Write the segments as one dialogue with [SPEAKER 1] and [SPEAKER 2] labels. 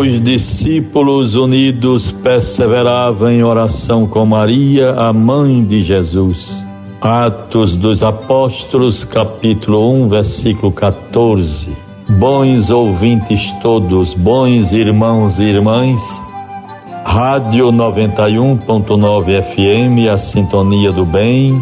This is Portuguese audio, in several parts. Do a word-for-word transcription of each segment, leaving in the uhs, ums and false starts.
[SPEAKER 1] Os discípulos unidos perseveravam em oração com Maria, a mãe de Jesus. Atos dos Apóstolos, capítulo um, versículo quatorze. Bons ouvintes todos, bons irmãos e irmãs, Rádio noventa e um ponto nove F M, a sintonia do bem.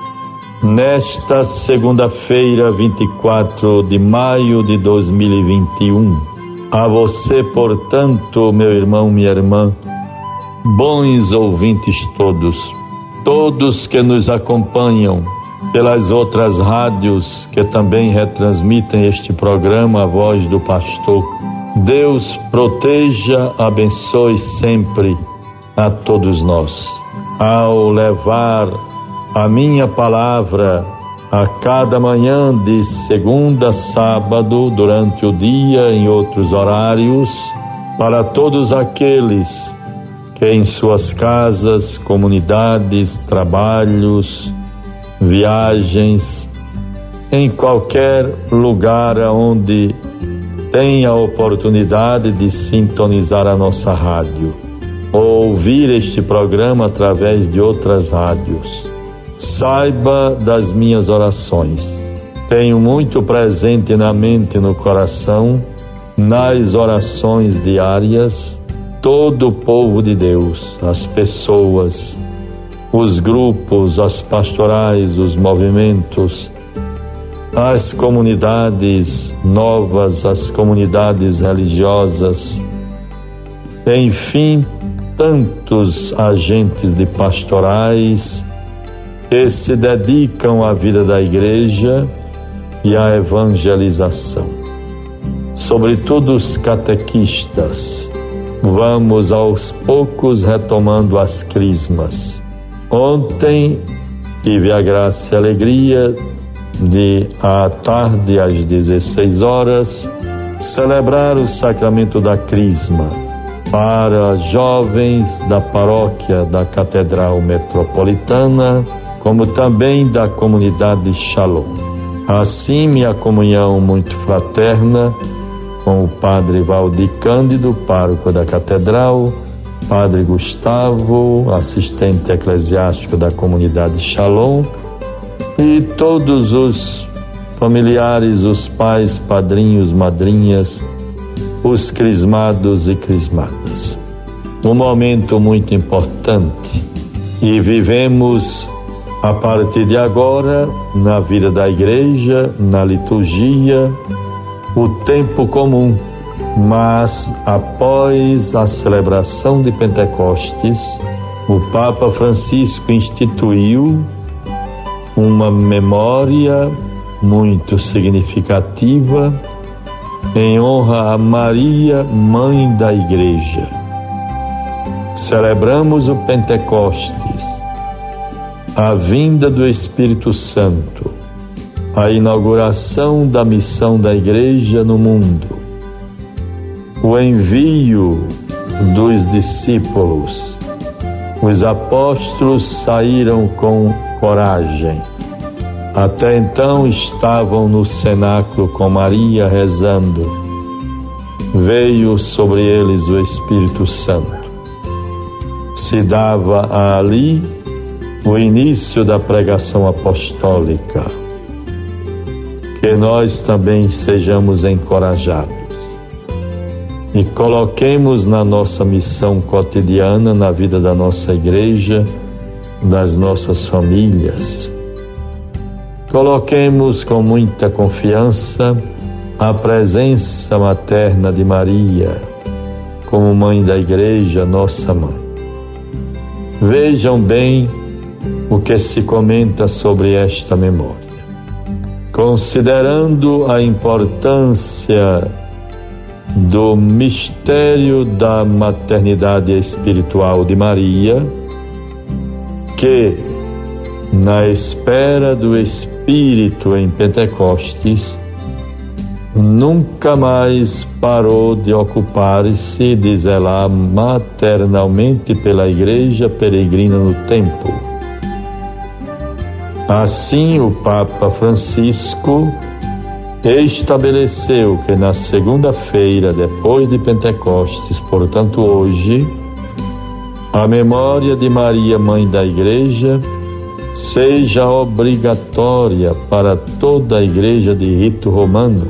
[SPEAKER 1] Nesta segunda-feira, vinte e quatro de maio de dois mil e vinte e um, a você, portanto, meu irmão, minha irmã, bons ouvintes todos, todos que nos acompanham pelas outras rádios que também retransmitem este programa, A Voz do Pastor. Deus proteja, abençoe sempre a todos nós. Ao levar a minha palavra a cada manhã de segunda a sábado, durante o dia, em outros horários, para todos aqueles que em suas casas, comunidades, trabalhos, viagens, em qualquer lugar onde tem a oportunidade de sintonizar a nossa rádio, ou ouvir este programa através de outras rádios. Saiba das minhas orações. Tenho muito presente na mente e no coração, nas orações diárias, todo o povo de Deus, as pessoas, os grupos, as pastorais, os movimentos, as comunidades novas, as comunidades religiosas, enfim, tantos agentes de pastorais que se dedicam à vida da igreja e à evangelização. Sobretudo os catequistas. Vamos aos poucos retomando as crismas. Ontem tive a graça e a alegria de, à tarde, às dezesseis horas, celebrar o sacramento da crisma para jovens da paróquia da Catedral Metropolitana, como também da comunidade Shalom. Assim, minha comunhão muito fraterna com o padre Valdir Cândido, pároco da Catedral, padre Gustavo, assistente eclesiástico da comunidade Shalom, e todos os familiares, os pais, padrinhos, madrinhas, os crismados e crismadas. Um momento muito importante, e vivemos a partir de agora, na vida da igreja, na liturgia, o tempo comum, mas após a celebração de Pentecostes, o Papa Francisco instituiu uma memória muito significativa em honra a Maria, Mãe da Igreja. Celebramos o Pentecostes, a vinda do Espírito Santo, a inauguração da missão da Igreja no mundo, o envio dos discípulos. Os apóstolos saíram com coragem. Até então estavam no cenáculo com Maria rezando. Veio sobre eles o Espírito Santo. Se dava ali o início da pregação apostólica. Que nós também sejamos encorajados e coloquemos na nossa missão cotidiana, na vida da nossa igreja, das nossas famílias, coloquemos com muita confiança a presença materna de Maria, como mãe da igreja, nossa mãe. Vejam bem o que se comenta sobre esta memória. Considerando a importância do mistério da maternidade espiritual de Maria, que, na espera do Espírito em Pentecostes, nunca mais parou de ocupar-se de zelar maternalmente pela igreja peregrina no templo. Assim, o Papa Francisco estabeleceu que na segunda-feira, depois de Pentecostes, portanto hoje, a memória de Maria, Mãe da Igreja, seja obrigatória para toda a Igreja de rito romano.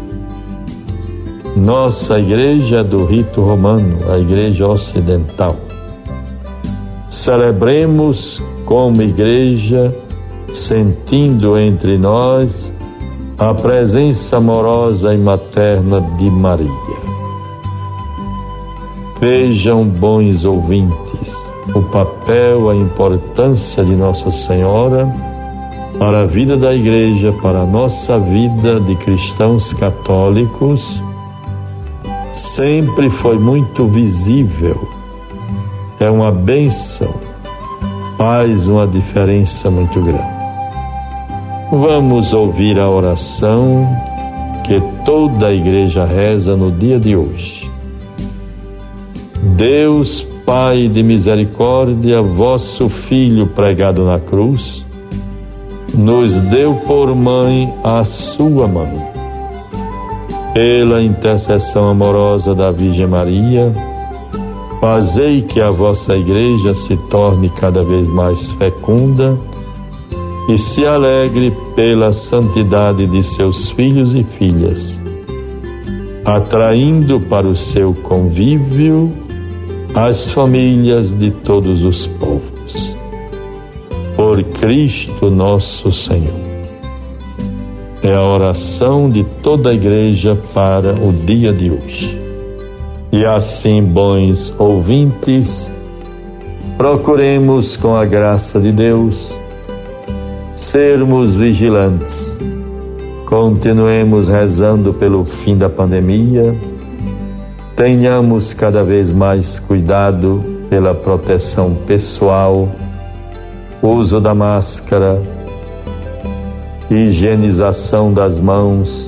[SPEAKER 1] Nossa Igreja é do rito romano, a Igreja Ocidental. Celebremos como Igreja, sentindo entre nós a presença amorosa e materna de Maria. Vejam, bons ouvintes, o papel, a importância de Nossa Senhora para a vida da Igreja, para a nossa vida de cristãos católicos, sempre foi muito visível. É uma bênção, faz uma diferença muito grande. Vamos ouvir a oração que toda a Igreja reza no dia de hoje. Deus, Pai de misericórdia, vosso Filho pregado na cruz, nos deu por mãe a sua mãe. Pela intercessão amorosa da Virgem Maria, fazei que a vossa Igreja se torne cada vez mais fecunda e se alegre pela santidade de seus filhos e filhas, atraindo para o seu convívio as famílias de todos os povos. Por Cristo nosso Senhor. É a oração de toda a Igreja para o dia de hoje. E assim, bons ouvintes, procuremos com a graça de Deus sermos vigilantes. Continuemos rezando pelo fim da pandemia. Tenhamos cada vez mais cuidado pela proteção pessoal, uso da máscara, higienização das mãos,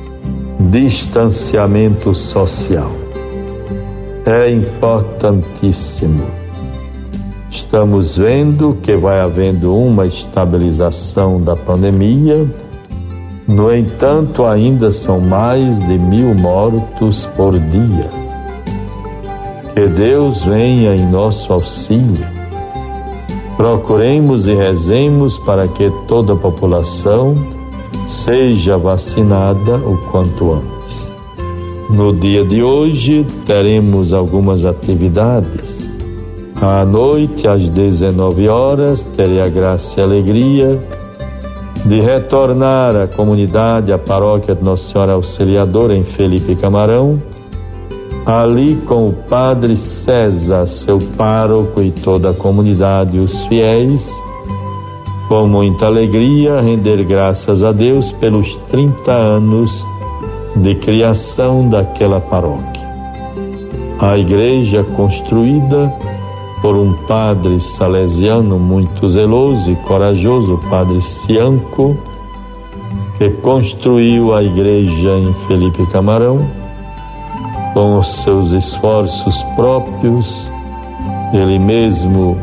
[SPEAKER 1] distanciamento social. É importantíssimo. Estamos vendo que vai havendo uma estabilização da pandemia. No entanto, ainda são mais de mil mortos por dia. Que Deus venha em nosso auxílio. Procuremos e rezemos para que toda a população seja vacinada o quanto antes. No dia de hoje, teremos algumas atividades. À noite, às dezenove horas, terei a graça e a alegria de retornar à comunidade, à paróquia de Nossa Senhora Auxiliadora, em Felipe Camarão, ali com o Padre César, seu pároco, e toda a comunidade e os fiéis, com muita alegria, render graças a Deus pelos trinta anos de criação daquela paróquia. A igreja construída por um padre salesiano muito zeloso e corajoso, o Padre Cianco, que construiu a igreja em Felipe Camarão com os seus esforços próprios. Ele mesmo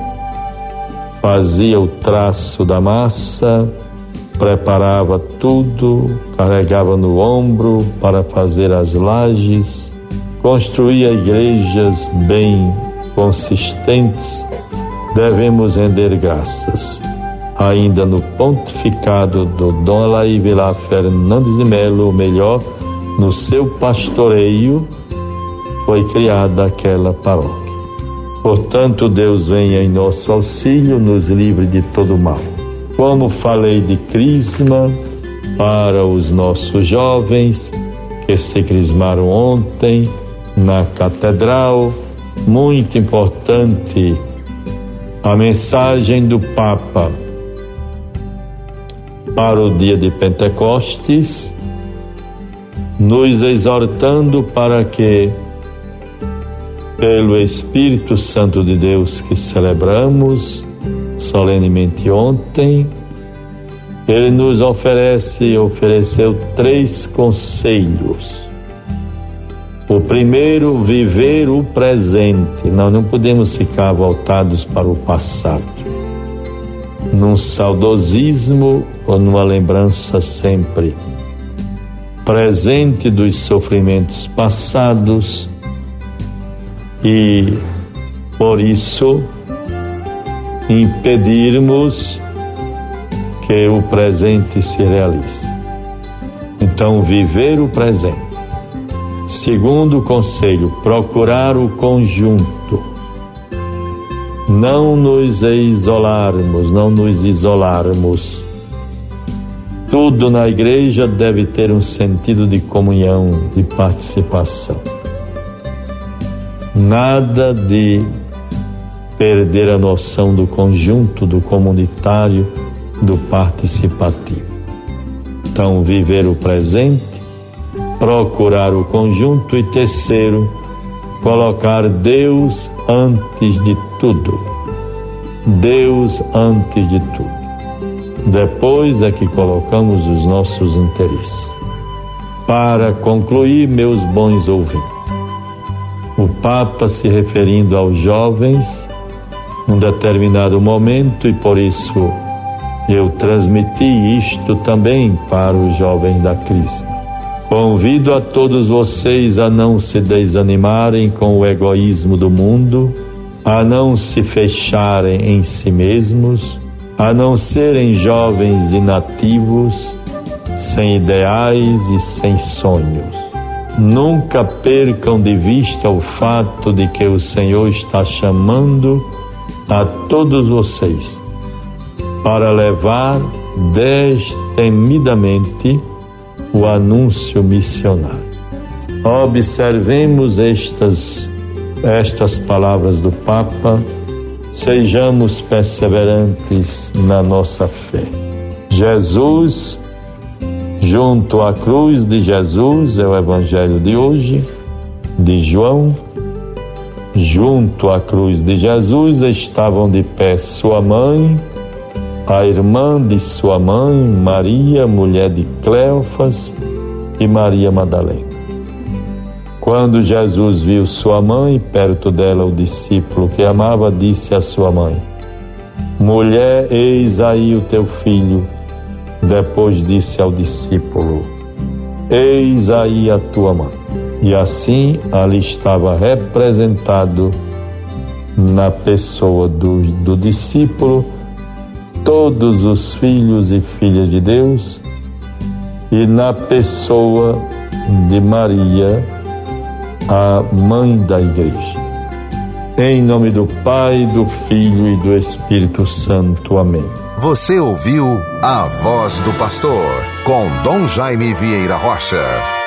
[SPEAKER 1] fazia o traço da massa, preparava tudo, carregava no ombro para fazer as lajes, construía igrejas bem consistentes. Devemos render graças. Ainda no pontificado do Dom Alaí Vilar Fernandes de Melo, ou melhor, no seu pastoreio, foi criada aquela paróquia. Portanto, Deus venha em nosso auxílio, nos livre de todo mal. Como falei de crisma para os nossos jovens que se crismaram ontem na catedral, muito importante a mensagem do Papa para o dia de Pentecostes, nos exortando para que, pelo Espírito Santo de Deus que celebramos solenemente ontem, ele nos oferece e ofereceu três conselhos. O primeiro, viver o presente. Nós não podemos ficar voltados para o passado, num saudosismo ou numa lembrança sempre. presente dos sofrimentos passados e, por isso, impedirmos que o presente se realize. Então, viver o presente. Segundo o conselho, procurar o conjunto. Não nos isolarmos, não nos isolarmos. Tudo na igreja deve ter um sentido de comunhão, de participação. Nada de perder a noção do conjunto, do comunitário, do participativo. Então, viver o presente, procurar o conjunto e, terceiro, colocar Deus antes de tudo. Deus antes de tudo. Depois é que colocamos os nossos interesses. Para concluir, meus bons ouvintes, o Papa, se referindo aos jovens, num determinado momento, e por isso eu transmiti isto também para os jovens da Crisma. Convido a todos vocês a não se desanimarem com o egoísmo do mundo, a não se fecharem em si mesmos, a não serem jovens inativos, sem ideais e sem sonhos. Nunca percam de vista o fato de que o Senhor está chamando a todos vocês para levar destemidamente o anúncio missionário. Observemos estas, estas palavras do Papa, sejamos perseverantes na nossa fé. Jesus, junto à cruz de Jesus, é o Evangelho de hoje, de João. Junto à cruz de Jesus estavam de pé sua mãe, a irmã de sua mãe, Maria, mulher de Cleofas, e Maria Madalena. Quando Jesus viu sua mãe, perto dela o discípulo que amava, disse à sua mãe: mulher, eis aí o teu filho. Depois disse ao discípulo: eis aí a tua mãe. E assim ali estava representado na pessoa do, do discípulo todos os filhos e filhas de Deus, e na pessoa de Maria, a mãe da Igreja. Em nome do Pai, do Filho e do Espírito Santo. Amém.
[SPEAKER 2] Você ouviu A Voz do Pastor, com Dom Jaime Vieira Rocha.